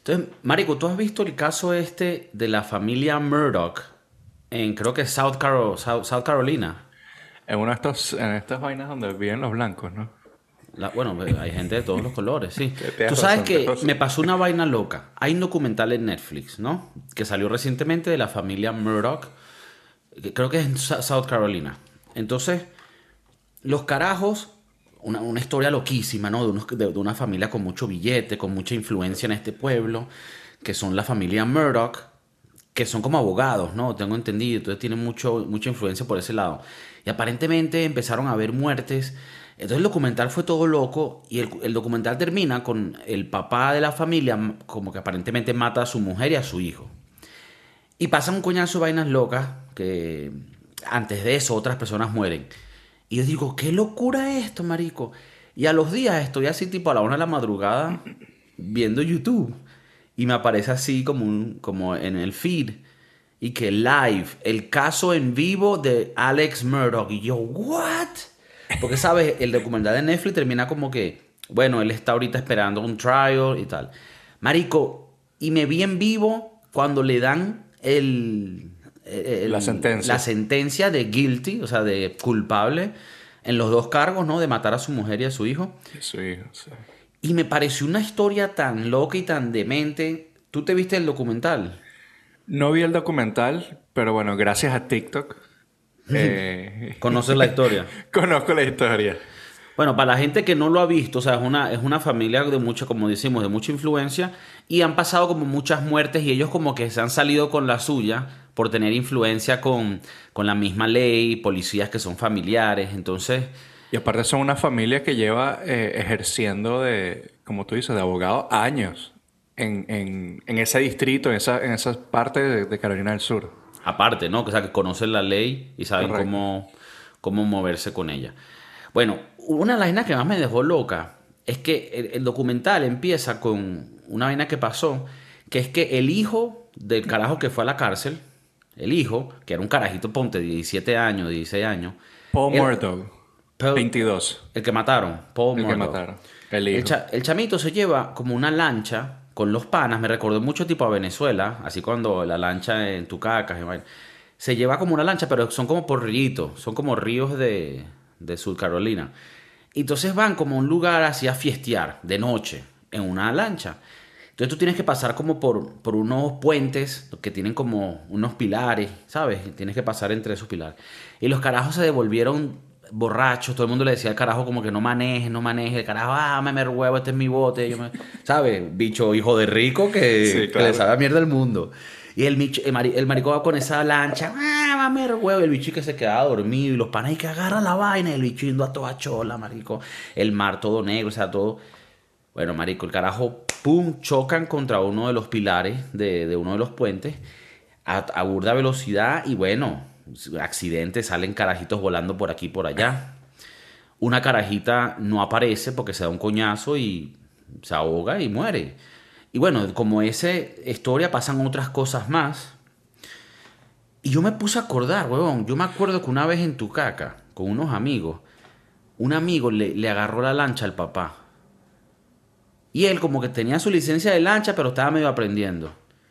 Entonces, Marico, ¿tú has visto el caso este de la familia Murdoch en creo que South Carolina? En estas vainas donde viven los blancos, ¿no? Bueno, hay gente de todos los colores, sí. Tú Tienes sabes razón, tienes que me razón. pasó una vaina loca. Hay un documental en Netflix, ¿no? Que salió recientemente de la familia Murdoch, que creo que es en South Carolina. Entonces, los carajos, una historia loquísima, ¿no? De una familia con mucho billete, con mucha influencia en este pueblo, que son la familia Murdoch, que son como abogados, ¿no? Tengo entendido, entonces tienen mucha influencia por ese lado. Y aparentemente empezaron a haber muertes. Entonces el documental fue todo loco y el documental termina con el papá de la familia como que aparentemente mata a su mujer y a su hijo. Y pasan un coñazo de vainas locas que antes de eso otras personas mueren. Y yo digo, qué locura esto, marico. Y a los días estoy así tipo a la 1 de la madrugada viendo YouTube. Y me aparece así como en el feed. Y que live, el caso en vivo de Alex Murdoch. Y yo, ¿what? Porque, ¿sabes? El documental de Netflix termina como que, bueno, él está ahorita esperando un trial y tal. Marico, y me vi en vivo cuando le dan La la sentencia. sentencia de guilty, o sea, de culpable, en los dos cargos, ¿no? De matar a su mujer y a su hijo. De su hijo, sí. Y me pareció una historia tan loca y tan demente. ¿Tú te viste el documental? No vi el documental, pero bueno, gracias a TikTok eh, ¿Conoces la historia? conozco la historia. Bueno, para la gente que no lo ha visto, o sea, es una familia de mucha, como decimos, de mucha influencia y han pasado como muchas muertes y ellos como que se han salido con la suya por tener influencia con la misma ley, policías que son familiares, entonces, Y aparte son una familia que lleva ejerciendo como tú dices, de abogado años en ese distrito, en esa parte de Carolina del Sur. aparte, ¿no? O sea, que conocen la ley y saben Correcto. cómo moverse con ella. Bueno, una de las vainas que más me dejó loca es que el documental empieza con una vaina que pasó, que es que el hijo del carajo que fue a la cárcel, el hijo, que era un carajito, ponte, de 17 años, 16 años, Paul él, Murdoch, Paul- 22, el que mataron, Paul el que Murdoch. mataron, el El, hijo. el chamito se lleva como una lancha con los panas, me recordó mucho tipo a Venezuela, así cuando la lancha en Tucacas, y vaina. Se lleva como una lancha, pero son como por ríos, son como ríos de Sur Carolina. Y entonces van como a un lugar así a fiestear de noche en una lancha. Entonces tú tienes que pasar como por unos puentes que tienen como unos pilares, ¿sabes? Tienes que pasar entre esos pilares. Y los carajos se devolvieron borrachos. Todo el mundo le decía al carajo como que no maneje, no maneje. El carajo, me huevo, este es mi bote. ¿Sabes? Bicho hijo de rico Sí, que le claro. sabe a mierda el mundo. Y el marico va con esa lancha, mamer huevo, y el bicho que se quedaba dormido, y los panas y que agarra la vaina, y el bicho yendo a toda chola, marico. El mar todo negro, o sea, todo. Bueno, marico, el carajo, pum, chocan contra uno de los pilares de uno de los puentes a burda velocidad y bueno, accidentes, salen carajitos volando por aquí y por allá. Una carajita no aparece porque se da un coñazo y se ahoga y muere. Y bueno, como esa historia pasan otras cosas más. Y yo me puse a acordar, huevón, yo me acuerdo que una vez en Tucaca, con unos amigos, un amigo le agarró la lancha al papá. Y él como que tenía su licencia de lancha, pero estaba medio aprendiendo.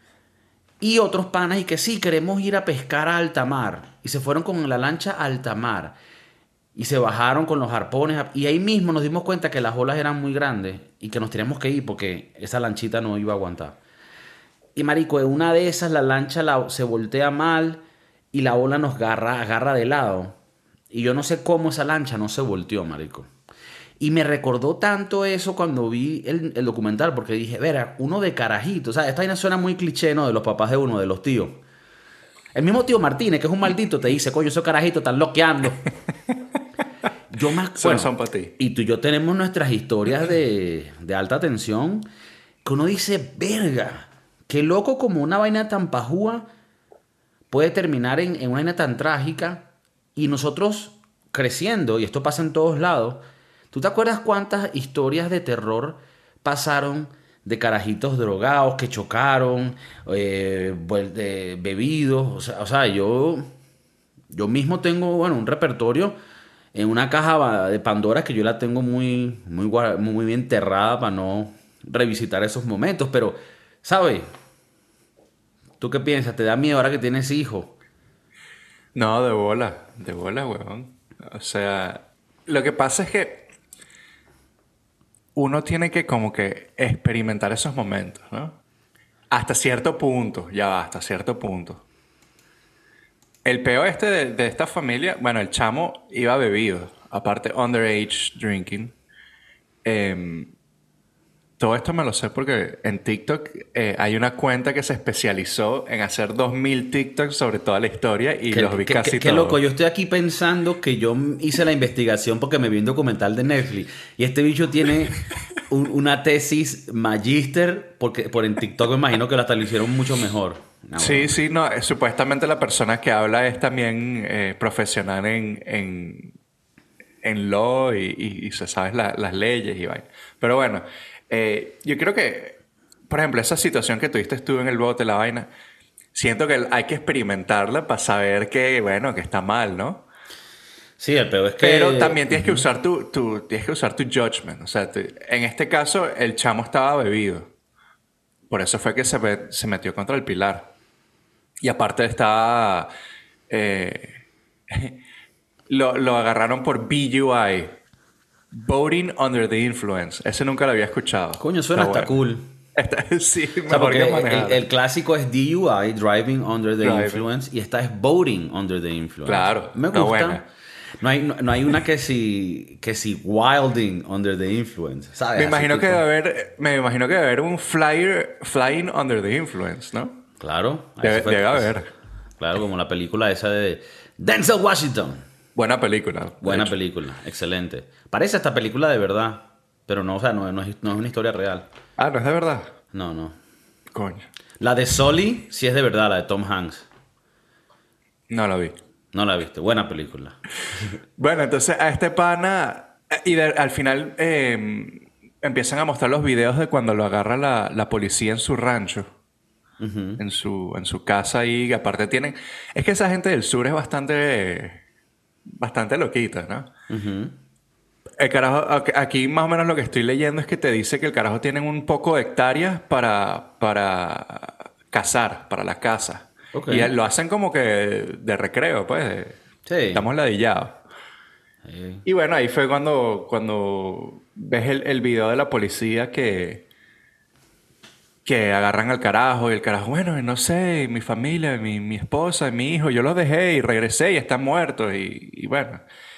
Y otros panas y que sí, queremos ir a pescar a alta mar. Y se fueron con la lancha a alta mar. Y se bajaron con los arpones. Y ahí mismo nos dimos cuenta que las olas eran muy grandes y que nos teníamos que ir porque esa lanchita no iba a aguantar. Y marico, en una de esas la lancha se voltea mal y la ola nos agarra de lado. Y yo no sé cómo esa lancha no se volteó, marico. Y me recordó tanto eso cuando vi el documental, porque dije, verá, uno de carajito, o sea, esta vaina suena muy cliché, ¿no? De los papás de uno, de los tíos. El mismo tío Martínez, que es un maldito, te dice, coño, esos carajitos están loqueando. Son, Bueno, son para ti. y tú y yo tenemos nuestras historias de alta tensión, que uno dice, verga, qué loco como una vaina tan pajúa puede terminar en una vaina tan trágica y nosotros creciendo, y esto pasa en todos lados, ¿tú te acuerdas cuántas historias de terror pasaron de carajitos drogados que chocaron, bebidos? O sea, yo mismo tengo, bueno, un repertorio en una caja de Pandora que yo la tengo muy bien enterrada para no revisitar esos momentos, pero ¿Sabes? ¿Tú qué piensas? ¿Te da miedo ahora que tienes hijos? No, de bola, huevón. O sea, lo que pasa es que uno tiene que como que experimentar esos momentos, ¿no? Hasta cierto punto, ya va, hasta cierto punto. El peo este de esta familia, bueno, el chamo iba bebido, aparte underage drinking. Em, Todo esto me lo sé porque en TikTok hay una cuenta que se especializó en hacer 2000 TikToks sobre toda la historia y los vi casi Qué todos. loco, yo estoy aquí pensando que yo hice la investigación porque me vi un documental de Netflix y este bicho tiene una tesis magíster porque por en TikTok me imagino que hasta lo hicieron mucho mejor. No, Sí, bueno. sí, no. Supuestamente la persona que habla es también profesional en law y se sabe las leyes y vaina. Pero bueno, yo creo que, por ejemplo, esa situación que tuviste tú en el bote, la vaina, siento que hay que experimentarla para saber que, bueno, que está mal, ¿no? Sí, el peor es Pero que... también tienes que usar tienes que usar tu judgment. O sea, en este caso, el chamo estaba bebido. Por eso fue que se metió contra el pilar. Y aparte estaba... eh, lo agarraron por BUI. Voting Under the Influence. Ese nunca lo había escuchado. Coño, suena Está hasta bueno. cool. Sí, O sea, mejor porque que manejar. el clásico es DUI, Driving Under the Driving. Influence, y esta es Voting Under the Influence. Claro, Me está gusta. buena. No hay una que si Wilding Under the Influence, ¿sabes? Me Así imagino que tipo- me imagino que debe haber un Flying Under the Influence, ¿no? Claro. Ahí se fue- Debe haber. Claro, como la película esa de Denzel Washington. Buena película. de Buena hecho. película, excelente. Parece esta película de verdad, pero no, o sea, no es una historia real. Ah, no es de verdad. No, no. Coño. La de Sully sí es de verdad, la de Tom Hanks. No lo vi. No la viste. Buena película. Bueno, entonces a este pana... al final empiezan a mostrar los videos de cuando lo agarra la policía en su rancho. En su casa ahí. Que aparte tienen... Es que esa gente del sur es bastante loquita, ¿no? El carajo... Aquí más o menos lo que estoy leyendo es que te dice que el carajo tienen un poco de hectáreas para cazar, para la caza. Ok. Y lo hacen como que de recreo, pues. Sí. Estamos ladillados. Y bueno, ahí fue cuando ves el video de la policía que agarran al carajo y el carajo, bueno, no sé, mi familia, mi esposa, mi hijo, yo los dejé y regresé y están muertos y bueno.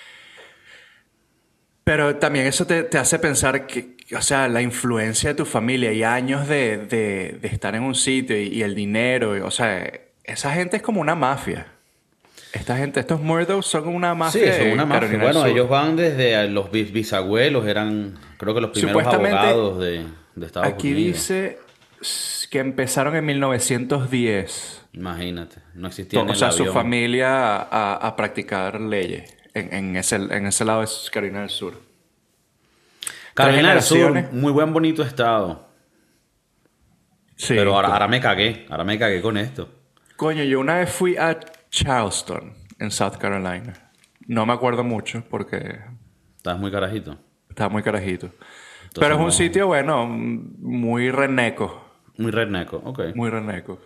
Pero también eso te hace pensar que, o sea, la influencia de tu familia y años de estar en un sitio y el dinero, o sea, esa gente es como una mafia. Esta gente, estos Murdoch son una Sí, mafia. son una de mafia. Carolina del Bueno, Sur. ellos van desde los bisabuelos, eran creo que los primeros Supuestamente, abogados de Estados Aquí Unidos. dice que empezaron en 1910. Imagínate, no existía en O el sea, su avión. familia a practicar leyes en ese lado de Carolina del Sur. Carolina del Sur, generaciones. muy buen bonito estado. Sí. Pero ahora me cagué con esto. Coño, yo una vez fui a Charleston, en South Carolina. No me acuerdo mucho porque Estás muy carajito. estaba muy carajito. Pero es un no. sitio, bueno, muy reneco. Muy redneco, ok. Muy reneco.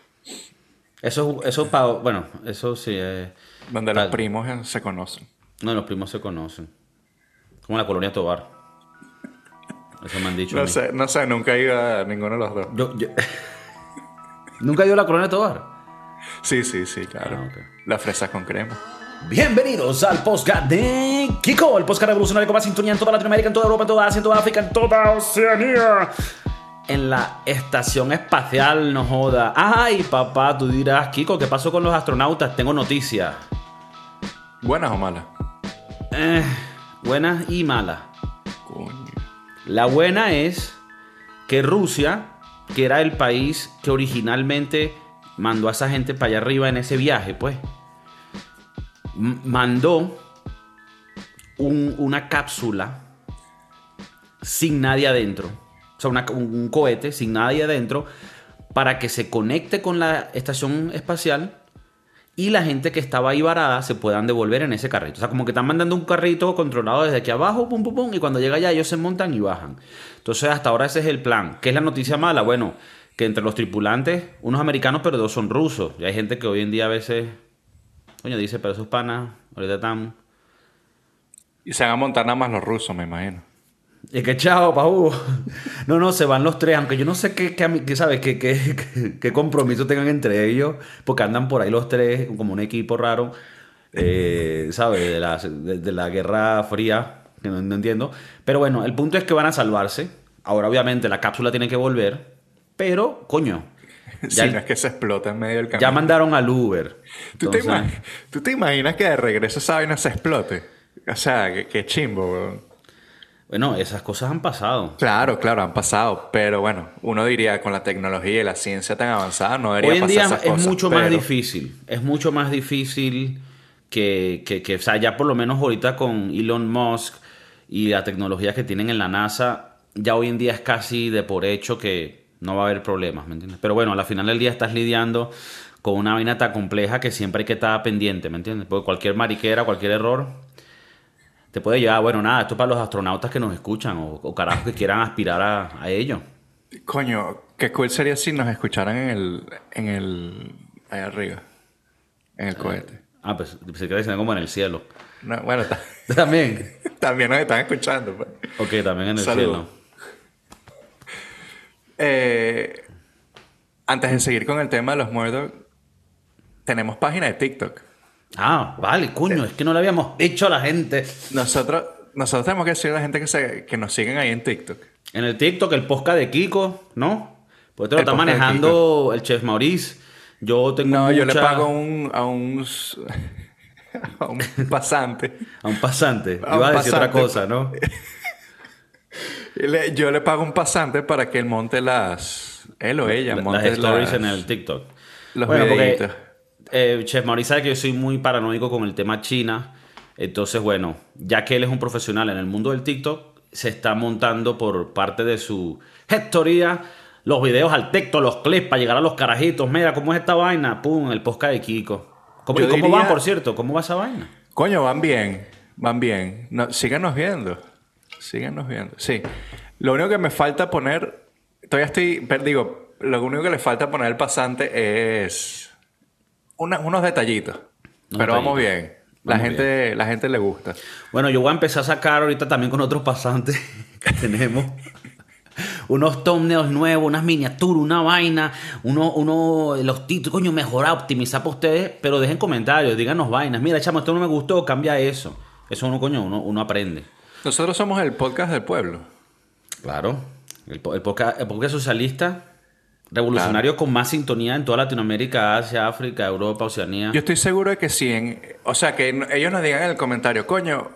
Bueno, eso sí es... Donde los Tal. primos se conocen. No, los primos se conocen. Como la colonia Tovar. Eso me han dicho a mí. No sé, nunca he ido a ninguno de los dos. ¿Nunca he ido a la colonia Tovar? Sí, claro. Ah, ok. Las fresas con crema. Bienvenidos al podcast de Kiko, el podcast revolucionario con más sintonía en toda Latinoamérica, en toda Europa, en toda Asia, en toda África, en toda Oceanía. En la estación espacial, no joda. Ay, papá, tú dirás, Kiko, ¿qué pasó con los astronautas? Tengo noticias. ¿Buenas o malas? Buenas y malas. Coño. La buena es que Rusia, que era el país que originalmente mandó a esa gente para allá arriba en ese viaje, pues, mandó una cápsula sin nadie adentro. O sea, un cohete sin nadie adentro para que se conecte con la estación espacial y la gente que estaba ahí varada se puedan devolver en ese carrito. O sea, como que están mandando un carrito controlado desde aquí abajo, pum, pum, pum, y cuando llega allá ellos se montan y bajan. Entonces, hasta ahora ese es el plan. ¿Qué es la noticia mala? Bueno, que entre los tripulantes, unos americanos, pero dos son rusos. Y hay gente que hoy en día a veces, coño, dice, pero esos panas, ahorita están... Y se van a montar nada más los rusos, me imagino. Y que chao, pa' Hugo. No, se van los tres, aunque yo no sé ¿sabes? Qué compromiso tengan entre ellos, porque andan por ahí los tres como un equipo raro, ¿sabes? De la Guerra Fría, que no entiendo. Pero bueno, el punto es que van a salvarse. Ahora, obviamente, la cápsula tiene que volver, pero, coño, Si no es que se explota en medio del camino. ya mandaron al Uber. ¿Tú te imaginas que de regreso esa vaina se explote? O sea, qué chimbo, weón. Bueno, esas cosas han pasado. Claro, han pasado. Pero bueno, uno diría con la tecnología y la ciencia tan avanzada no debería Hoy en pasar día esas es cosas. mucho más difícil. Es mucho más difícil o sea, ya por lo menos ahorita con Elon Musk y la tecnología que tienen en la NASA, ya hoy en día es casi de por hecho que no va a haber problemas, ¿me entiendes? Pero bueno, al final del día estás lidiando con una vaina tan compleja que siempre hay que estar pendiente, ¿me entiendes? Porque cualquier mariquera, cualquier error te puede llevar, bueno, nada, esto es para los astronautas que nos escuchan o carajos que quieran aspirar a ello. Coño, qué cool sería si nos escucharan allá arriba, en el cohete. Pues se queda diciendo como en el cielo. No, bueno, También. también nos están escuchando, pues. Ok, también en el Saludos. cielo. Antes de seguir con el tema de los Murdoch, tenemos página de TikTok. Vale, coño, es que no le habíamos dicho a la gente. Nosotros tenemos que decirle a la gente que nos siguen ahí en TikTok. En el TikTok, el podcast de Kiko, ¿no? Pues te lo El está podcast de manejando el chef Maurice. Yo tengo No, yo le mucha- pago a un pasante. a un pasante. A un Iba a decir otra pasante. cosa, ¿no? Yo le pago un pasante para que él monte él o ella Las monte stories en el TikTok. los Bueno, videitos. porque Chef Maurice sabe que yo soy muy paranoico con el tema China. Entonces, bueno, ya que él es un profesional en el mundo del TikTok, se está montando por parte de su gestoría los videos al TikTok, los clips para llegar a los carajitos. Mira, ¿cómo es esta vaina? Pum, el podcast de Kiko. ¿Cómo, Yo y cómo diría- van, por cierto? ¿Cómo va esa vaina? Coño, van bien. No, síganos viendo. Sí. Lo único que me falta poner, lo único que le falta poner al pasante es unos detallitos. Pero vamos bien. La gente le gusta. Bueno, yo voy a empezar a sacar ahorita también con otros pasantes que tenemos. Unos thumbnails nuevos, unas miniaturas, una vaina, los títulos, coño, mejorar, optimizar para ustedes, pero dejen comentarios, díganos vainas. Mira, chamo, esto no me gustó, cambia eso. Eso uno aprende. Nosotros somos el podcast del pueblo. Claro. El podcast socialista, revolucionario con más sintonía en toda Latinoamérica, Asia, África, Europa, Oceanía. Yo estoy seguro de que o sea, que ellos nos digan en el comentario, coño,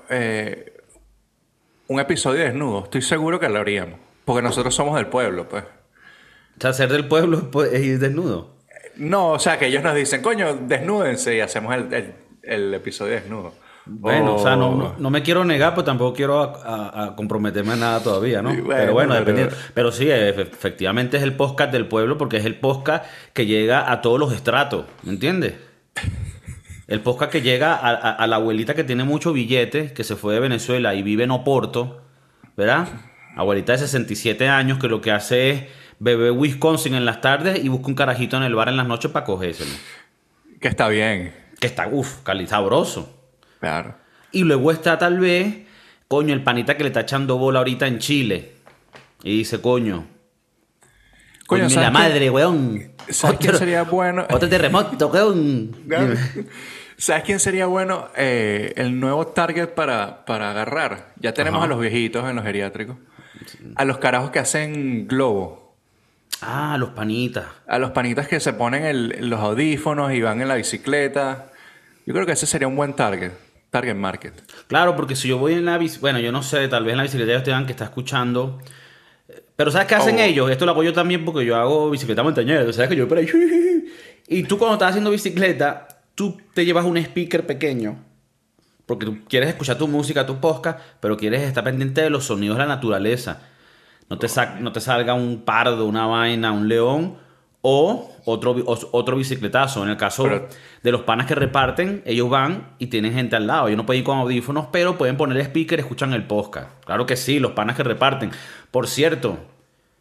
un episodio desnudo. Estoy seguro que lo haríamos. Porque nosotros somos del pueblo, pues. O sea, ser del pueblo pues, es ir desnudo. No, o sea, que ellos nos dicen, coño, desnúdense y hacemos el episodio desnudo. Bueno, o sea, no me quiero negar, pero tampoco quiero a comprometerme a nada todavía, ¿no? Sí, bueno, pero bueno, pero- dependiendo. Pero sí, efectivamente es el podcast del pueblo porque es el podcast que llega a todos los estratos, ¿me entiendes? El podcast que llega a la abuelita que tiene mucho billete, que se fue de Venezuela y vive en Oporto, ¿verdad? Abuelita de 67 años que lo que hace es beber Wisconsin en las tardes y busca un carajito en el bar en las noches para cogérselo. Que está bien. Que está, sabroso. Claro. Y luego está tal vez, coño, el panita que le está echando bola ahorita en Chile. Y dice, coño. Coño, Coño, ¿sabes la quién- madre, weón. ¿Sabes quién sería bueno? Otro terremoto, weón. Dime. ¿Sabes quién sería bueno? El nuevo target para agarrar. Ya tenemos Ajá. a los viejitos en los geriátricos. A los carajos que hacen globo. Los panitas. A los panitas que se ponen los audífonos y van en la bicicleta. Yo creo que ese sería un buen target. Target market. Claro, porque si yo voy en la bici, bueno, yo no sé, tal vez en la bicicleta ellos tengan que está escuchando. Pero ¿sabes qué hacen ellos? Esto lo hago yo también porque yo hago bicicleta montañera. ¿Sabes que yo por ahí? Y tú cuando estás haciendo bicicleta, tú te llevas un speaker pequeño. Porque tú quieres escuchar tu música, tu podcast, pero quieres estar pendiente de los sonidos de la naturaleza. No te salga un pardo, una vaina, un león o otro bicicletazo. En el caso de los panas que reparten, ellos van y tienen gente al lado. Ellos no pueden ir con audífonos, pero pueden poner el speaker y escuchan el podcast. Claro que sí, los panas que reparten. Por cierto,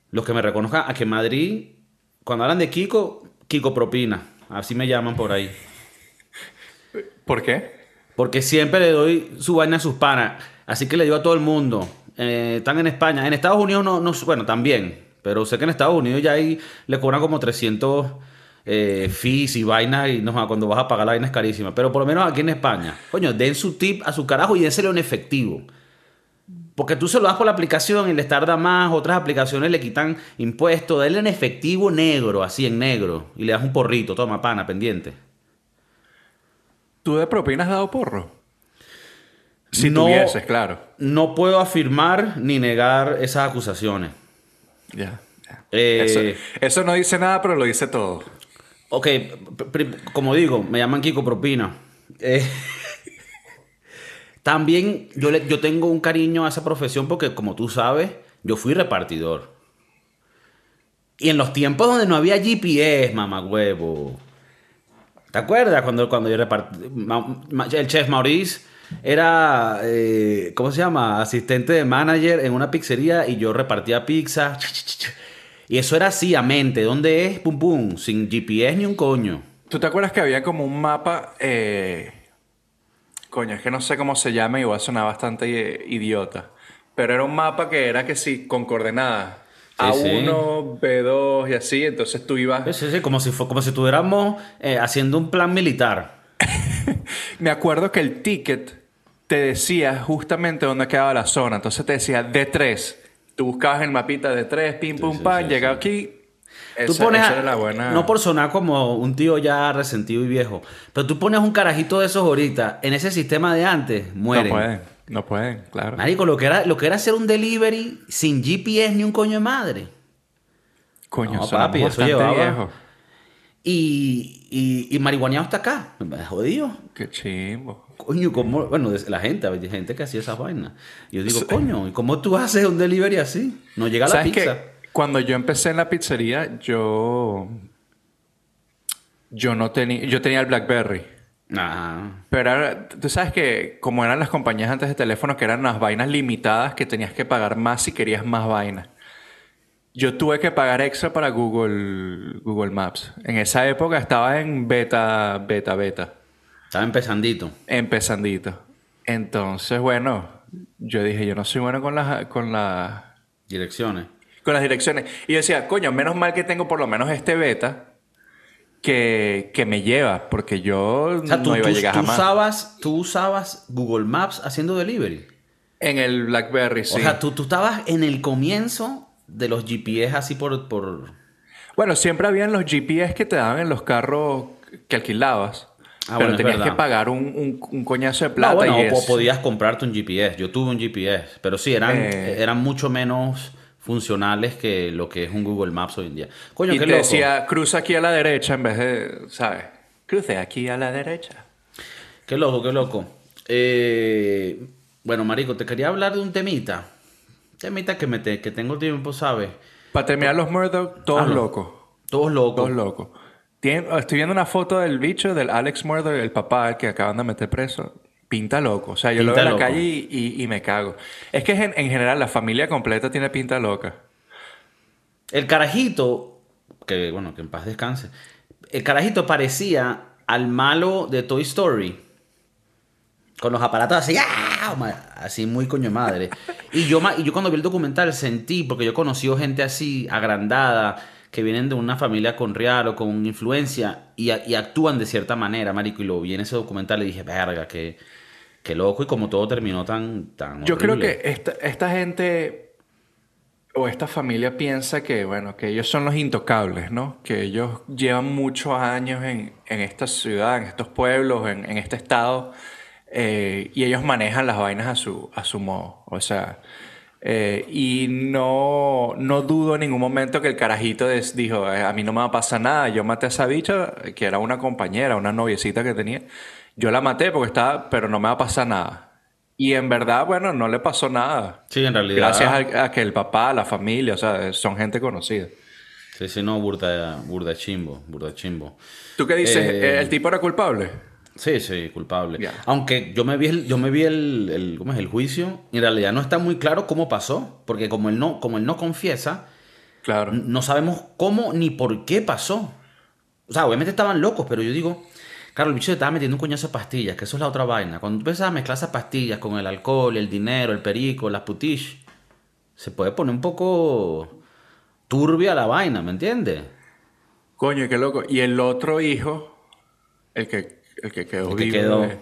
Los que me reconozcan, aquí en Madrid, cuando hablan de Kiko, Kiko Propina. Así me llaman por ahí. ¿Por qué? Porque siempre le doy su vaina a sus panas. Así que le digo a todo el mundo. Están en España. En Estados Unidos no, bueno, también. Pero sé que en Estados Unidos ya ahí le cobran como 300 fees y vaina. Y no, cuando vas a pagar la vaina es carísima. Pero por lo menos aquí en España. Coño, den su tip a su carajo y dénselo en efectivo. Porque tú se lo das por la aplicación y les tarda más. Otras aplicaciones le quitan impuestos. Denle en efectivo negro, así en negro. Y le das un porrito. Toma, pana, pendiente. ¿Tú de propina has dado porro? Si No, tuvieses, claro. no puedo afirmar ni negar esas acusaciones. Ya. Eh, Eso no dice nada, pero lo dice todo. ok, como digo, me llaman Kiko Propina. Eh, también yo tengo un cariño a esa profesión porque, como tú sabes, yo fui repartidor. Y en los tiempos donde no había GPS, mamagüevo. ¿Te acuerdas cuando yo repartí? El chef Maurice era, ¿cómo se llama? Asistente de manager en una pizzería y yo repartía pizza. Y eso era así, a mente. ¿Dónde es? Pum, pum. Sin GPS ni un coño. ¿Tú te acuerdas que había como un mapa? Coño, es que no sé cómo se llama y va a sonar bastante idiota. Pero era un mapa que era que sí, con coordenadas. Sí, A1, B2 y así. Entonces tú ibas... Sí, sí, como si estuviéramos haciendo un plan militar. Me acuerdo que el ticket te decía justamente dónde quedaba la zona. Entonces te decía D3. Tú buscabas el mapita D3, pim, pum, Sí, pam, sí, llegaba sí. aquí. Tú Esa pones, era la buena... no por sonar como un tío ya resentido y viejo, pero tú pones un carajito de esos ahorita en ese sistema de antes, mueren. No pueden, claro. Marico, lo que era hacer un delivery sin GPS ni un coño de madre. Coño, No, sonamos papi, eso bastante llevaba. viejo. Y marihuaneado hasta acá. Me jodido. Qué chimbo. Coño, ¿cómo? Bueno, la gente, hay gente que hacía esas vainas. Y yo digo, coño, ¿y cómo tú haces un delivery así? No llega la ¿Sabes pizza. qué? Cuando yo empecé en la pizzería, yo no tenía... Yo tenía el BlackBerry. Ajá. Pero tú sabes que como eran las compañías antes de teléfono, que eran unas vainas limitadas que tenías que pagar más si querías más vainas. Yo tuve que pagar extra para Google Maps. En esa época estaba en beta. Estaba empezandito. Empezandito. Entonces, bueno, yo dije, yo no soy bueno con Direcciones. las direcciones. Y yo decía, coño, menos mal que tengo por lo menos este beta que me lleva, porque yo O sea, no iba a llegar jamás. tú usabas Google Maps haciendo delivery. En el BlackBerry, sí. O sea, tú estabas en el comienzo de los GPS así por... Bueno, siempre habían los GPS que te daban en los carros que alquilabas. Pero bueno, es tenías verdad. que pagar un coñazo de plata No, bueno, y o podías comprarte un GPS. Yo tuve un GPS, pero sí, Eh. eran mucho menos funcionales que lo que es un Google Maps hoy en día. Coño, y qué te loco. decía, cruza aquí a la derecha en vez de, ¿sabes? Cruce aquí a la derecha. Qué loco, qué loco. Bueno, marico, te quería hablar de un temita. Temita que tengo tiempo, ¿sabes? Para terminar los Murdoch, todos Hazlo. locos. Todos locos. Todos locos. Estoy viendo una foto del bicho, del Alex Murdoch, el papá, el que acaban de meter preso. Pinta loco. O sea, yo lo Pinta veo en la loco. calle y me cago. Es que en general la familia completa tiene pinta loca. El carajito, que bueno, que en paz descanse. El carajito parecía al malo de Toy Story. Con los aparatos así, ¡ah! Así muy coño madre. Y yo cuando vi el documental sentí, porque yo he conocido gente así, agrandada, que vienen de una familia con real o con influencia y actúan de cierta manera, marico. Y lo vi en ese documental y dije, verga, qué loco. Y como todo terminó tan Yo creo horrible. que esta gente o esta familia piensa que, bueno, que ellos son los intocables, ¿no? Que ellos llevan muchos años en esta ciudad, en estos pueblos, en este estado, y ellos manejan las vainas a su modo. O sea, y no dudo en ningún momento que el carajito dijo, a mí no me va a pasar nada, yo maté a esa bicha, que era una compañera, una noviecita que tenía. Yo la maté porque estaba, pero no me va a pasar nada. Y en verdad, bueno, no le pasó nada. Sí, en realidad. Gracias a que el papá, la familia, o sea, son gente conocida. Sí, sí, no, burda chimbo, burda chimbo. ¿Tú qué dices? Eh, ¿El tipo era culpable? Sí, sí, culpable. Ya. Aunque yo me vi ¿cómo es? El juicio, y en realidad no está muy claro cómo pasó, porque como él no confiesa, Claro. No sabemos cómo ni por qué pasó. O sea, obviamente estaban locos, pero yo digo, claro, el bicho se estaba metiendo un coñazo de pastillas, que eso es la otra vaina. Cuando tú empiezas a mezclar esas pastillas con el alcohol, el dinero, el perico, las putish, se puede poner un poco turbia la vaina, ¿me entiendes? Coño, qué loco. Y el otro hijo, el que quedó El que vivo, quedó.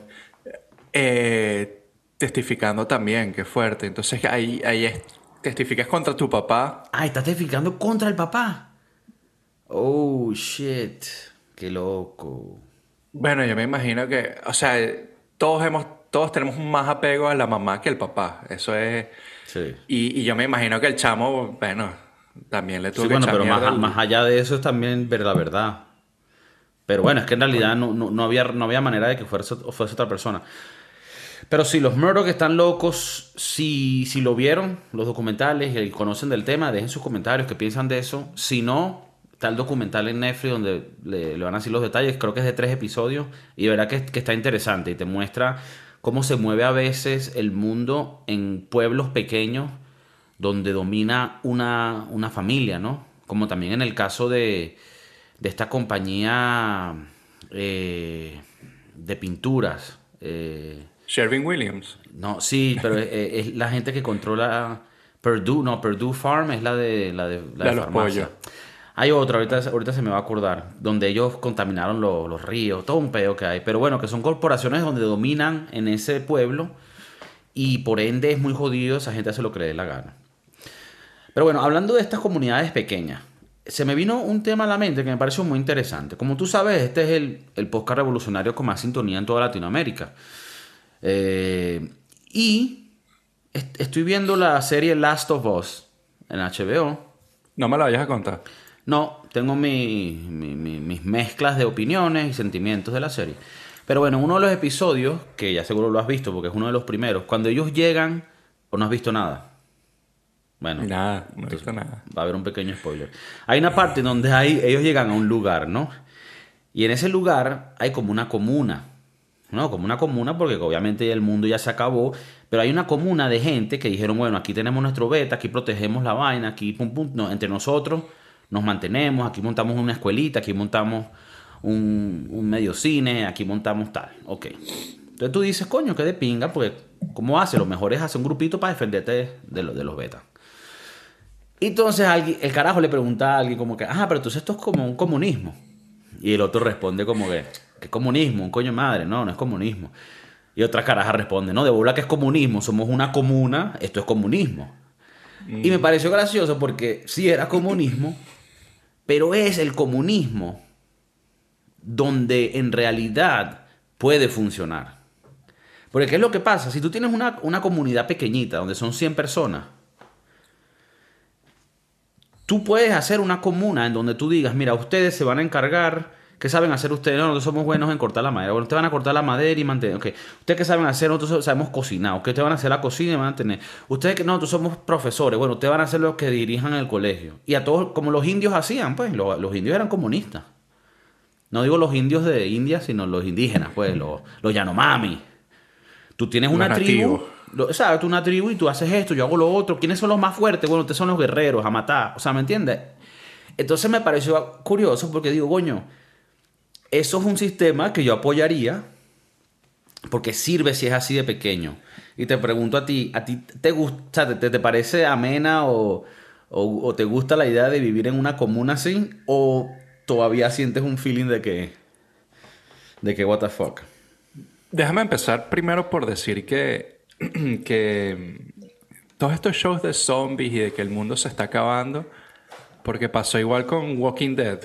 testificando también, qué fuerte. Entonces testificas contra tu papá. Ay, estás testificando contra el papá. Oh, shit. Qué loco. Bueno, yo me imagino que, o sea, todos tenemos más apego a la mamá que al papá. Eso es. Sí. Y yo me imagino que el chamo, bueno, también le Sí, tuvo que bueno, echar pero mierda más allá de eso es también ver la verdad. Pero bueno, es que en realidad Coño. no había manera de que fuese otra persona. Pero si los Murdoch están locos, si lo vieron, los documentales y conocen del tema, dejen sus comentarios, qué piensan de eso. Si no, está el documental en Netflix donde le van a decir los detalles, creo que es de 3 episodios, y verá que está interesante y te muestra cómo se mueve a veces el mundo en pueblos pequeños donde domina una familia, ¿no? Como también en el caso de esta compañía de pinturas. Sherwin Williams, No, sí, pero es la gente que controla Purdue, no, Purdue Farm es la de de los farmacia. pollos. Hay otra, ahorita se me va a acordar, donde ellos contaminaron los ríos, todo un peo que hay. Pero bueno, que son corporaciones donde dominan en ese pueblo y por ende es muy jodido, esa gente hace lo que le dé la gana. Pero bueno, hablando de estas comunidades pequeñas, se me vino un tema a la mente que me pareció muy interesante. Como tú sabes, este es el podcast revolucionario con más sintonía en toda Latinoamérica. Eh, y estoy viendo la serie Last of Us en HBO. No me lo vayas a contar. No, tengo mis mezclas de opiniones y sentimientos de la serie. Pero bueno, en uno de los episodios, que ya seguro lo has visto porque es uno de los primeros, cuando ellos llegan, o no has visto nada. Bueno, Nada, no he entonces visto nada. va a haber un pequeño spoiler. Hay una parte donde ellos llegan a un lugar, ¿no? Y en ese lugar hay como una comuna. No, como una comuna porque obviamente el mundo ya se acabó, pero hay una comuna de gente que dijeron, bueno, aquí tenemos nuestro beta, aquí protegemos la vaina, aquí pum pum, no, entre nosotros nos mantenemos, aquí montamos una escuelita, aquí montamos un medio cine, aquí montamos tal, ok. Entonces tú dices, coño, qué de pinga, porque ¿cómo hace? Lo mejor es hacer un grupito para defenderte de los betas. Y entonces el carajo le pregunta a alguien como que, pero entonces esto es como un comunismo. Y el otro responde como que, ¿qué comunismo? Un coño de madre. No, no es comunismo. Y otra caraja responde, no, de bola que es comunismo, somos una comuna, esto es comunismo. Y me pareció gracioso porque sí era comunismo, pero es el comunismo donde en realidad puede funcionar. Porque ¿qué es lo que pasa? Si tú tienes una comunidad pequeñita donde son 100 personas, tú puedes hacer una comuna en donde tú digas, mira, ustedes se van a encargar, ¿qué saben hacer ustedes? No, nosotros somos buenos en cortar la madera. Bueno, ustedes van a cortar la madera y mantener. Okay. ¿Ustedes qué saben hacer? Nosotros sabemos cocinar. Okay. Ustedes van a hacer la cocina y mantener. Ustedes que no, nosotros somos profesores. Bueno, ustedes van a ser los que dirijan el colegio. Y a todos, como los indios hacían, pues, los indios eran comunistas. No digo los indios de India, sino los indígenas, pues, los Yanomami. Tú tienes Los una tribu, nativos. exacto, una tribu y tú haces esto, yo hago lo otro. ¿Quiénes son los más fuertes? Bueno, ustedes son los guerreros, a matar. O sea, ¿me entiendes? Entonces me pareció curioso porque digo, coño, eso es un sistema que yo apoyaría porque sirve si es así de pequeño. Y te pregunto ¿a ti te gusta, te parece amena o te gusta la idea de vivir en una comuna así? ¿O todavía sientes un feeling de que what the fuck? Déjame empezar primero por decir que todos estos shows de zombies y de que el mundo se está acabando, porque pasó igual con Walking Dead,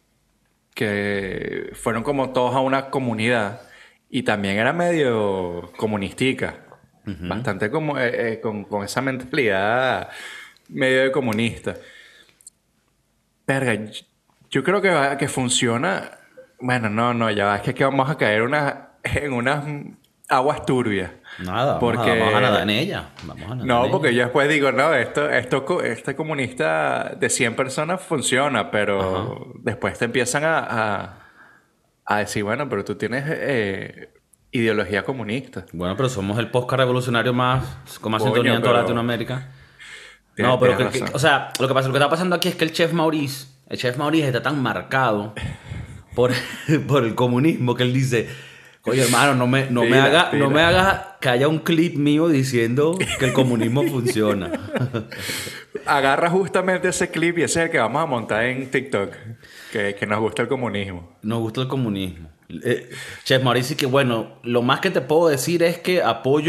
que fueron como todos a una comunidad y también era medio comunistica, bastante como con esa mentalidad medio de comunista. Verga, yo creo que funciona. Bueno, no, ya va, es que aquí vamos a caer en unas aguas turbias. Nada, vamos a nadar Porque en ella. Vamos a nadar en no, porque ella. yo después digo, no, este comunista de 100 personas funciona, Ajá. pero después te empiezan a decir, bueno, pero tú tienes ideología comunista. Bueno, pero somos el podcast revolucionario con más sintonía Coño, en toda pero Latinoamérica. No, pero Tienes razón. o sea, lo que está pasando aquí es que el chef Maurice está tan marcado por, por el comunismo que él dice, oye hermano, Tira, no me tira. hagas que haya un clip mío diciendo que el comunismo funciona. Agarra justamente ese clip y ese es el que vamos a montar en TikTok. Que nos gusta el comunismo. Nos gusta el comunismo. Chef Maurice, que bueno, lo más que te puedo decir es que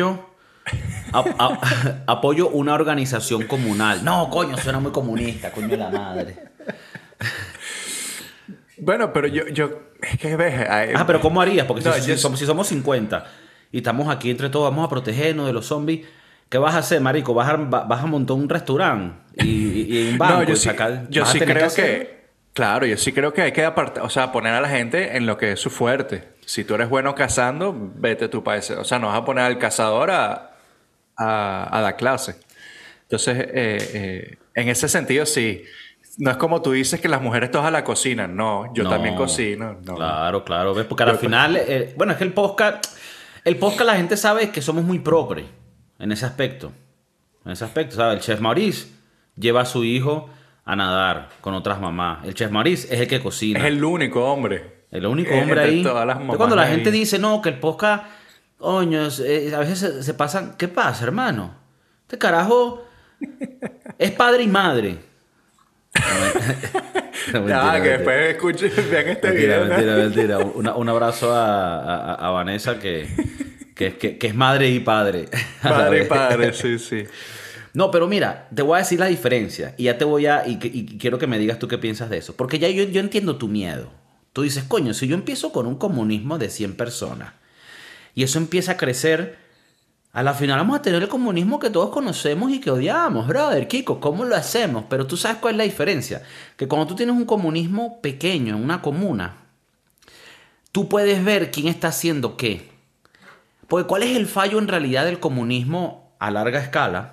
apoyo una organización comunal. No, coño, suena muy comunista, coño de la madre. Bueno, pero es que ves, Pero ¿cómo harías? Porque no, si somos 50 y estamos aquí entre todos, vamos a protegernos de los zombies, ¿qué vas a hacer, marico? Vas a montar un restaurante y un banco no, y sacar... yo vas a sí tener creo hacerlo. claro, yo sí creo que hay que apartar, o sea, poner a la gente en lo que es su fuerte. Si tú eres bueno cazando, vete tú para ese. O sea, no vas a poner al cazador a dar clase. Entonces, en ese sentido, sí. No es como tú dices que las mujeres todas a la cocina. No, yo también No, cocino. No. claro, ¿ves? Porque al final, bueno, es que el podcast la gente sabe que somos muy progre en ese aspecto. En ese aspecto, ¿sabes? El chef Maurice lleva a su hijo a nadar con otras mamás. El chef Maurice es el que Es cocina. el único hombre. El único hombre Entre ahí. todas las Entonces, cuando la mamás gente ahí. dice, no, que el podcast, coño, a veces se pasan. ¿Qué pasa, hermano? Este carajo es padre y madre. No, Ah, mentira, que mentira. después escuchen, vean este Mentira, video, ¿no? mentira, mentira. Un abrazo a Vanessa que es madre y padre a la Padre y vez. padre, sí, sí. No, pero mira, te voy a decir la diferencia y ya te voy a... Y quiero que me digas tú qué piensas de eso. Porque ya yo entiendo tu miedo. Tú dices, coño, si yo empiezo con un comunismo de 100 personas y eso empieza a crecer, a la final vamos a tener el comunismo que todos conocemos y que odiamos, brother, Kiko, ¿cómo lo hacemos? Pero tú sabes cuál es la diferencia. Que cuando tú tienes un comunismo pequeño en una comuna, tú puedes ver quién está haciendo qué. Porque ¿cuál es el fallo en realidad del comunismo a larga escala?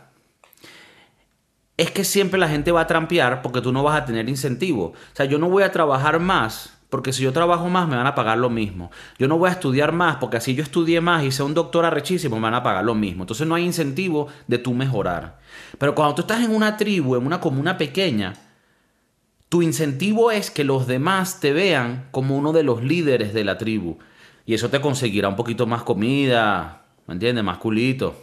Es que siempre la gente va a trampear porque tú no vas a tener incentivo. O sea, yo no voy a trabajar más porque si yo trabajo más me van a pagar lo mismo. Yo no voy a estudiar más porque así yo estudié más y sea un doctor arrechísimo me van a pagar lo mismo. Entonces no hay incentivo de tú mejorar. Pero cuando tú estás en una tribu, en una comuna pequeña, tu incentivo es que los demás te vean como uno de los líderes de la tribu. Y eso te conseguirá un poquito más comida, ¿me entiendes? Más culito.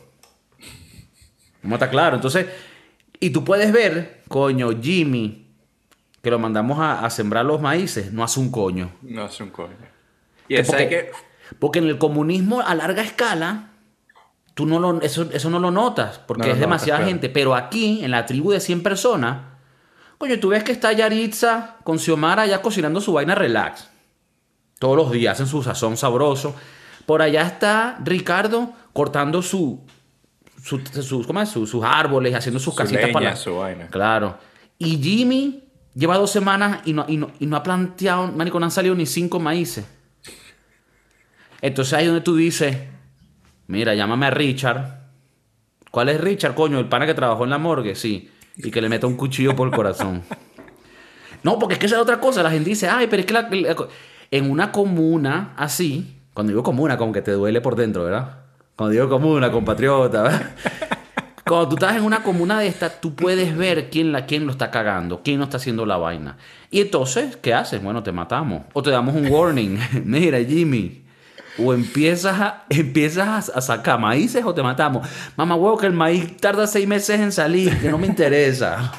¿Cómo está claro? Entonces, y tú puedes ver, coño, Jimmy, que lo mandamos a sembrar los maíces, no hace un coño. No es un coño. Y ese hay Porque, que... porque en el comunismo a larga escala, tú eso no lo notas, porque No lo es notas, demasiada claro. gente. Pero aquí, en la tribu de 100 personas, coño, tú ves que está Yaritza con Xiomara allá cocinando su vaina relax. Todos los días hacen su sazón sabroso. Por allá está Ricardo cortando ¿cómo es? Sus árboles, haciendo sus Su casitas leña, para su vaina. Claro. Y Jimmy lleva 2 semanas y no ha planteado, marico, no han salido ni 5 maíces. Entonces ahí es donde tú dices, mira, llámame a Richard. ¿Cuál es Richard, coño? El pana que trabajó en la morgue, sí. Y que le meta un cuchillo por el corazón. No, porque es que esa es otra cosa. La gente dice, ay, pero es que en una comuna así, cuando digo comuna, como que te duele por dentro, ¿verdad? Cuando digo comuna, compatriota, ¿verdad? Cuando tú estás en una comuna de esta, tú puedes ver quién lo está cagando, quién no está haciendo la vaina. Y entonces, ¿qué haces? Bueno, te matamos. O te damos un warning. Mira, Jimmy. O empiezas a sacar maíces o te matamos. Mamá, huevo, que el maíz tarda 6 meses en salir, que no me interesa.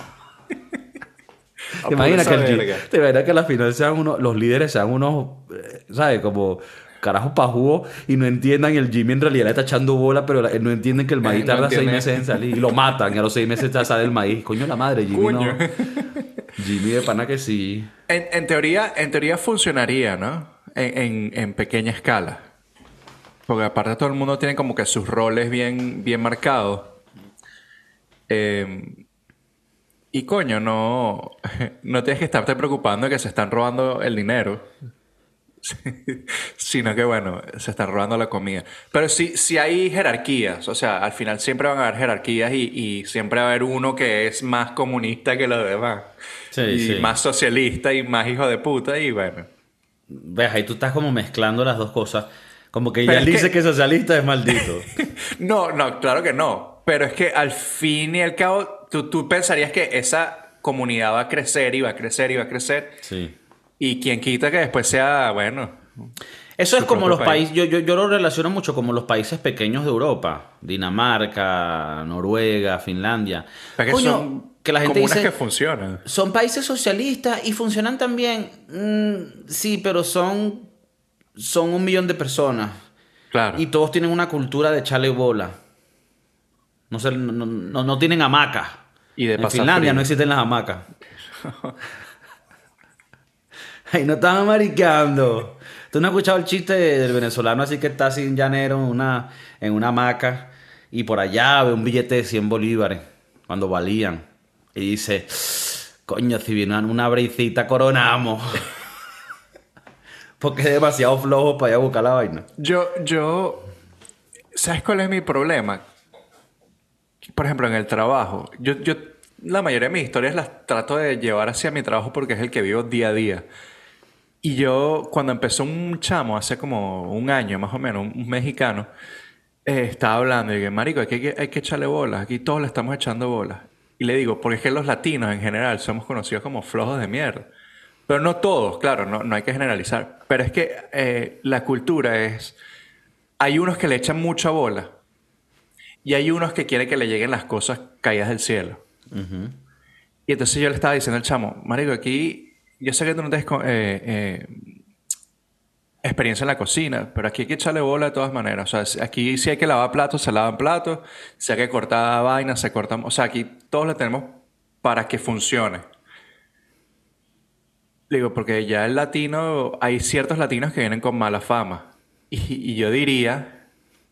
¿Te imaginas esa verga. te imaginas que al final los líderes sean unos, ¿sabes? Como carajos pajúos y no entiendan y el Jimmy en realidad le está echando bola, pero no entienden que el maíz No tarda 6 entienden. meses en salir y lo matan y a los 6 meses ya sale el maíz. Coño la madre, Jimmy Coño. no. Jimmy de pana que sí. En teoría funcionaría, ¿no? En pequeña escala. Porque aparte todo el mundo tiene como que sus roles bien marcados. Y coño, no tienes que estarte preocupando de que se están robando el dinero. Sino que bueno, se están robando la comida. Pero sí hay jerarquías. O sea, al final siempre van a haber jerarquías y siempre va a haber uno que es más comunista que los demás. Sí, Y sí. más socialista y más hijo de puta y bueno. Ves, ahí tú estás como mezclando las dos cosas. Como que Pero ya es él dice que- que socialista es maldito. No, claro que no. pero es que al fin y al cabo, tú pensarías que esa comunidad va a crecer y va a crecer y va a crecer. Sí. Y quien quita que después sea, bueno, Eso es su como propio los país. países, yo lo relaciono mucho como los países pequeños de Europa, Dinamarca, Noruega, Finlandia. Porque Coño, son que la gente comunas dice, que funcionan. son países socialistas y funcionan también. Sí, pero son 1 millón de personas Claro. y todos tienen una cultura de echarle bola. No tienen hamacas. Y de En pasar Finlandia frío. no existen las hamacas. Ahí no están maricando. ¿Tú no has escuchado el chiste del venezolano así que está sin llanero en una hamaca y por allá ve un billete de 100 bolívares cuando valían y dice, coño, si viene una breicita coronamos? Porque es demasiado flojo para ir a buscar la vaina. ¿Sabes cuál es mi problema? Por ejemplo, en el trabajo, la mayoría de mis historias las trato de llevar hacia mi trabajo porque es el que vivo día a día. Y yo, cuando empezó un chamo, hace como un año más o menos, un mexicano, estaba hablando y dije, marico, aquí hay que echarle bolas, aquí todos le estamos echando bolas. Y le digo, porque es que los latinos en general somos conocidos como flojos de mierda. Pero no todos, claro, no hay que generalizar. Pero es que la cultura es... Hay unos que le echan mucha bola y hay unos que quieren que le lleguen las cosas caídas del cielo. Y entonces yo le estaba diciendo al chamo, marico, aquí... Yo sé que tú no tienes experiencia en la cocina, pero aquí hay que echarle bola de todas maneras. O sea, aquí si hay que lavar platos, se lavan platos. Si hay que cortar vainas, se cortan... O sea, aquí todos lo tenemos para que funcione. Digo, porque ya el latino... Hay ciertos latinos que vienen con mala fama. Y yo diría...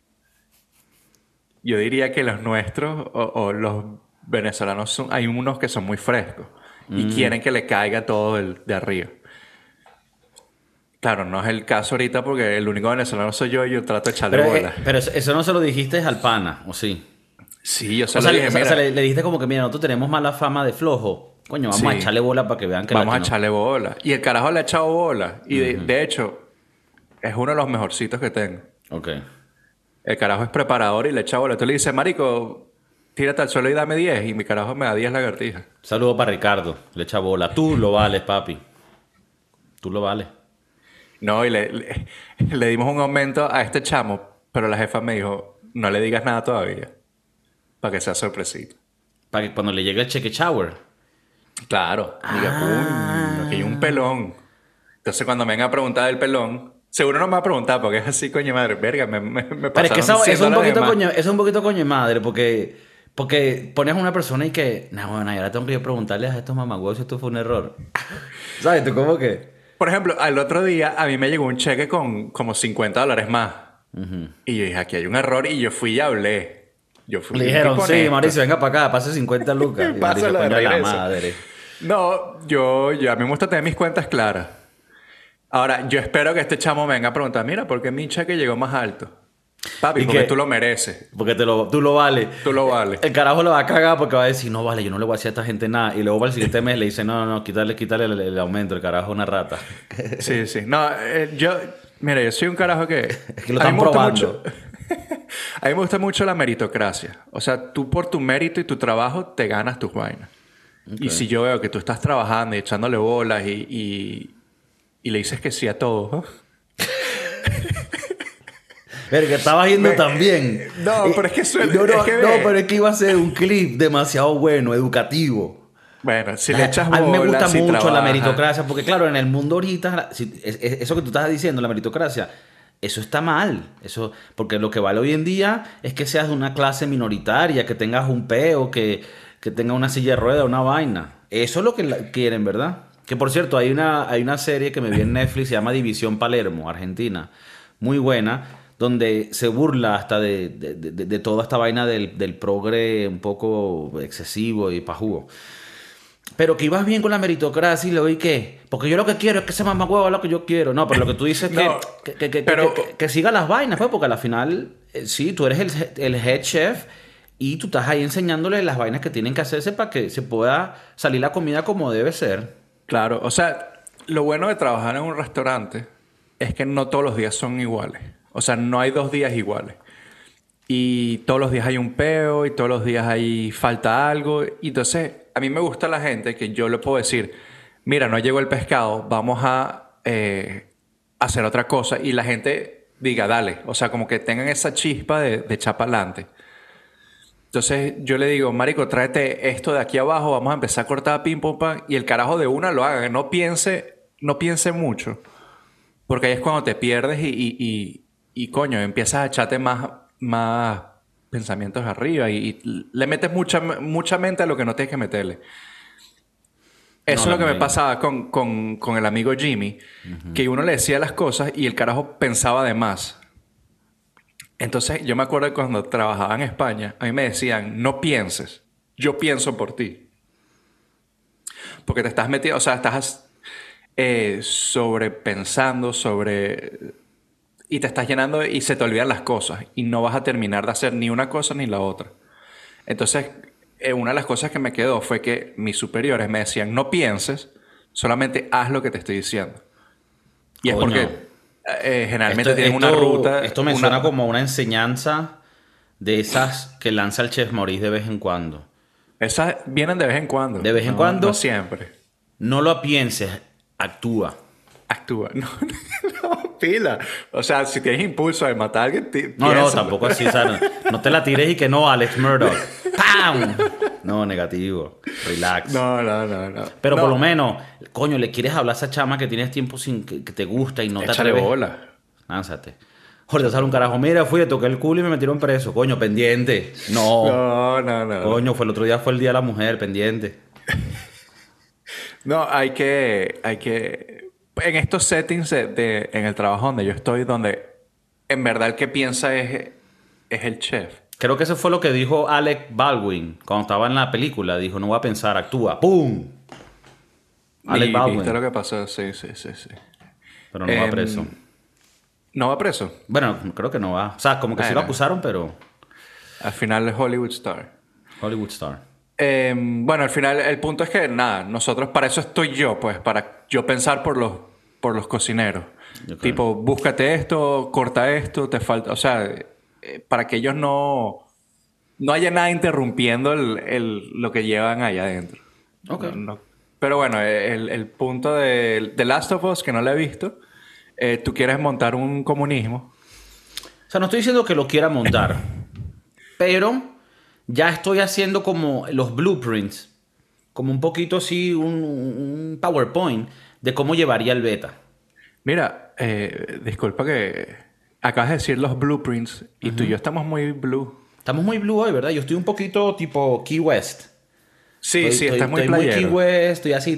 Yo diría que los nuestros o los venezolanos hay unos que son muy frescos y quieren que le caiga todo de arriba. Claro, no es el caso ahorita porque el único venezolano soy yo y yo trato de echarle bola. Pero eso no se lo dijiste al pana, ¿o sí? Sí, yo se O lo sea, dije, mira, le dijiste como que, mira, nosotros tenemos mala fama de flojo. Coño, vamos a sí, echarle bola para que vean que vamos a latino. echarle bola. Y el carajo le ha echado bola. Y de hecho, es uno de los mejorcitos que tengo. Ok. El carajo es preparador y le echa bola. Tú le dices, marico, tírate al suelo y dame 10. Y mi carajo me da 10 lagartijas. Saludo para Ricardo, le echa bola. Tú lo vales, papi. Tú lo vales. No, y le dimos un aumento a este chamo, pero la jefa me dijo, no le digas nada todavía, para que sea sorpresita. Para que cuando le llegue el cheque shower. Claro, diga, coño, aquí hay un pelón. Entonces cuando me vengan a preguntar del pelón, seguro no me va a preguntar porque es así, coño madre, verga, me Pero es que pasaron eso es un 100 poquito dólares más. coño, eso es un poquito coño de madre, porque pones a una persona y que, no, bueno, y ahora tengo que yo preguntarles a estos mamagüeos si esto fue un error. ¿Sabes? ¿Tú cómo que? Por ejemplo, al otro día a mí me llegó un cheque con como 50 dólares más. Y yo dije, aquí hay un error y yo fui y hablé. Yo fui Le dijeron, tipo sí, honesto. Mauricio, venga para acá, pase 50 lucas. Y Mauricio, Pásalo de coño de la regreso. madre. No, a mí me gusta tener mis cuentas claras. Ahora, yo espero que este chamo me venga a preguntar, mira, ¿por qué mi cheque llegó más alto? Papi, ¿Y porque qué? tú lo mereces. Porque tú lo vales. Tú lo vales. El carajo lo va a cagar porque va a decir, no vale, yo no le voy a decir a esta gente nada. Y luego para el siguiente mes le dice, no, quítale el aumento, el carajo es una rata. Sí, sí. No, mira, yo soy un carajo que... Es que lo a mí están me gusta probando. mucho- a mí me gusta mucho la meritocracia. O sea, tú por tu mérito y tu trabajo te ganas tus vainas. Y si yo veo que tú estás trabajando y echándole bolas y le dices que sí a todo, ¿no? Pero que estabas yendo también. No, pero es que suena... No, es que ve- pero es que iba a ser un clip demasiado bueno, educativo. Bueno, si le echas A mí me gusta bolas, si mucho la trabajas... meritocracia, porque claro, en el mundo ahorita, eso que tú estás diciendo, la meritocracia, eso está mal. Porque lo que vale hoy en día es que seas de una clase minoritaria, que tengas un peo, que tengas una silla de ruedas, una vaina. Eso es lo que quieren, ¿verdad? Que por cierto, hay una serie que me vi en Netflix, se llama División Palermo, Argentina. Muy buena, donde se burla hasta de toda esta vaina del progre un poco excesivo y pajugo. Pero que ibas bien con la meritocracia y le oí que... Porque yo lo que quiero es que ese mamagüevo haga lo que yo quiero. No, pero lo que tú dices es No, pero- que siga las vainas, pues, porque al final, sí, tú eres el head chef y tú estás ahí enseñándole las vainas que tienen que hacerse para que se pueda salir la comida como debe ser. Claro, o sea, lo bueno de trabajar en un restaurante es que no todos los días son iguales. O sea, no hay 2 días iguales. y todos los días hay un peo y todos los días hay falta algo. Y entonces, a mí me gusta la gente que yo le puedo decir, mira, no llegó el pescado, vamos a hacer otra cosa. Y la gente diga, dale. O sea, como que tengan esa chispa de echar para adelante. Entonces yo le digo, marico, tráete esto de aquí abajo, vamos a empezar a cortar pim, pum, pam. Y el carajo de una lo haga, que no piense mucho. Porque ahí es cuando te pierdes y coño, empiezas a echarte más pensamientos arriba y le metes mucha mente a lo que no tienes que meterle. Eso es lo que me pasaba con el amigo Jimmy, que uno le decía las cosas y el carajo pensaba de más. Entonces yo me acuerdo que cuando trabajaba en España, a mí me decían, no pienses, yo pienso por ti. Porque te estás metiendo, o sea, estás sobrepensando, y te estás llenando y se te olvidan las cosas y no vas a terminar de hacer ni una cosa ni la otra. Entonces, una de las cosas que me quedó fue que mis superiores me decían, no pienses, solamente haz lo que te estoy diciendo. Y Coño. es porque generalmente tienen una ruta. Esto me suena como una enseñanza de esas que lanza el Chef Maurice de vez en cuando. Esas vienen de vez en cuando. De vez en cuando. No siempre. No lo pienses, actúa. Actúa. No, pila. O sea, si tienes impulso de matar a alguien, No, tampoco así. O sea, no te la tires y que no, Alex Murdoch. ¡Pam! No, negativo. Relax. No. Pero no. por lo menos, coño, le quieres hablar a esa chama que tienes tiempo sin que te gusta y no te Échale atreves. bola. Lánzate. Ahorita sale un carajo. Mira, fui, le toqué el culo y me metieron preso. Coño, pendiente. No. No. Coño, el otro día fue el Día de la Mujer, pendiente. No, hay que... En estos settings en el trabajo donde yo estoy, donde en verdad el que piensa es el chef. Creo que eso fue lo que dijo Alec Baldwin cuando estaba en la película. Dijo, no voy a pensar, actúa. ¡Pum! Alec Baldwin. ¿Viste lo que pasó? Sí. Pero no va preso. ¿No va preso? Bueno, creo que no va. O sea, como que sí lo acusaron, pero... Al final es Hollywood Star. Hollywood Star. Bueno, al final el punto es que nada, nosotros para eso estoy yo, pues, para yo pensar por los cocineros. Okay. Tipo, búscate esto, corta esto, te falta... O sea, para que ellos no haya nada interrumpiendo lo que llevan ahí adentro. Ok. No. Pero bueno, el punto de The Last of Us, que no lo he visto, tú quieres montar un comunismo. O sea, no estoy diciendo que lo quiera montar, pero ya estoy haciendo como los blueprints, como un poquito así, un PowerPoint de cómo llevaría el beta. Mira, disculpa que acabas de decir los blueprints y tú y yo estamos muy blue. Estamos muy blue hoy, ¿verdad? Yo estoy un poquito tipo Key West. Sí, estás muy playero. Estoy muy Key West, estoy así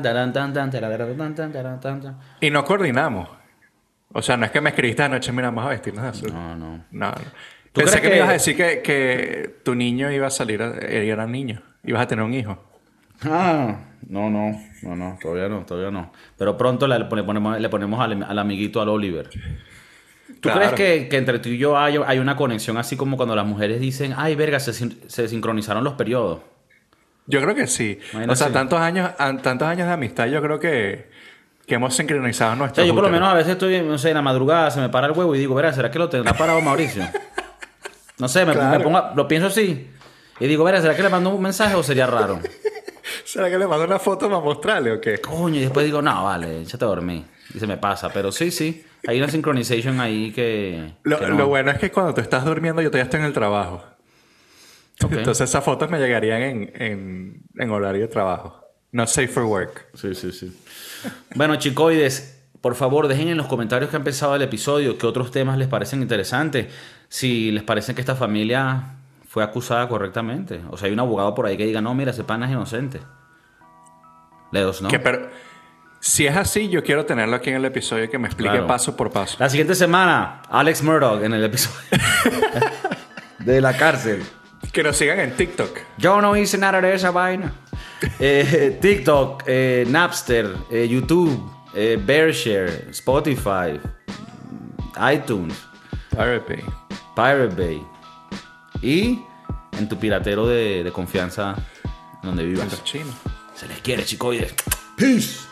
Y no coordinamos. O sea, no es que me escribiste anoche, mira, vamos a vestirnos de azul. No. Pensé que me ibas a decir que tu niño iba a salir, era niño, ibas a tener un hijo. No, todavía no. Pero pronto le ponemos al amiguito, al Oliver. ¿Tú crees que entre tú y yo hay una conexión así como cuando las mujeres dicen, ay, verga, se sincronizaron los periodos? Yo creo que sí. Imagínate. O sea, tantos años de amistad, yo creo que hemos sincronizado nuestros. O sea, yo por lo menos a veces estoy, no sé, en la madrugada se me para el huevo y digo, verga, ¿será que lo tendrá parado Mauricio? No sé, me pongo, lo pienso así. Y digo, verga, ¿será que le mando un mensaje o sería raro? ¿Será que le mando una foto para mostrarle o qué? Coño, y después digo, no, vale, échate a dormir. Y se me pasa. Pero sí. Hay una synchronization ahí que... Lo bueno es que cuando tú estás durmiendo, yo todavía estoy en el trabajo. Okay. Entonces esas fotos me llegarían en horario de trabajo. Not safe for work. Sí. Bueno, chicoides, por favor, dejen en los comentarios que ha empezado el episodio qué otros temas les parecen interesantes. Si les parece que esta familia fue acusada correctamente. O sea, hay un abogado por ahí que diga, no, mira, ese pana es inocente. Leos, ¿no? Pero si es así, yo quiero tenerlo aquí en el episodio que me explique paso por paso. La siguiente semana, Alex Murdoch en el episodio de la cárcel. Que nos sigan en TikTok. Yo no hice nada de esa vaina. TikTok, Napster, YouTube, Bearshare, Spotify, iTunes, Pirate Bay. Y en tu piratero de confianza donde vivas. Se les quiere, chicoides. Peace.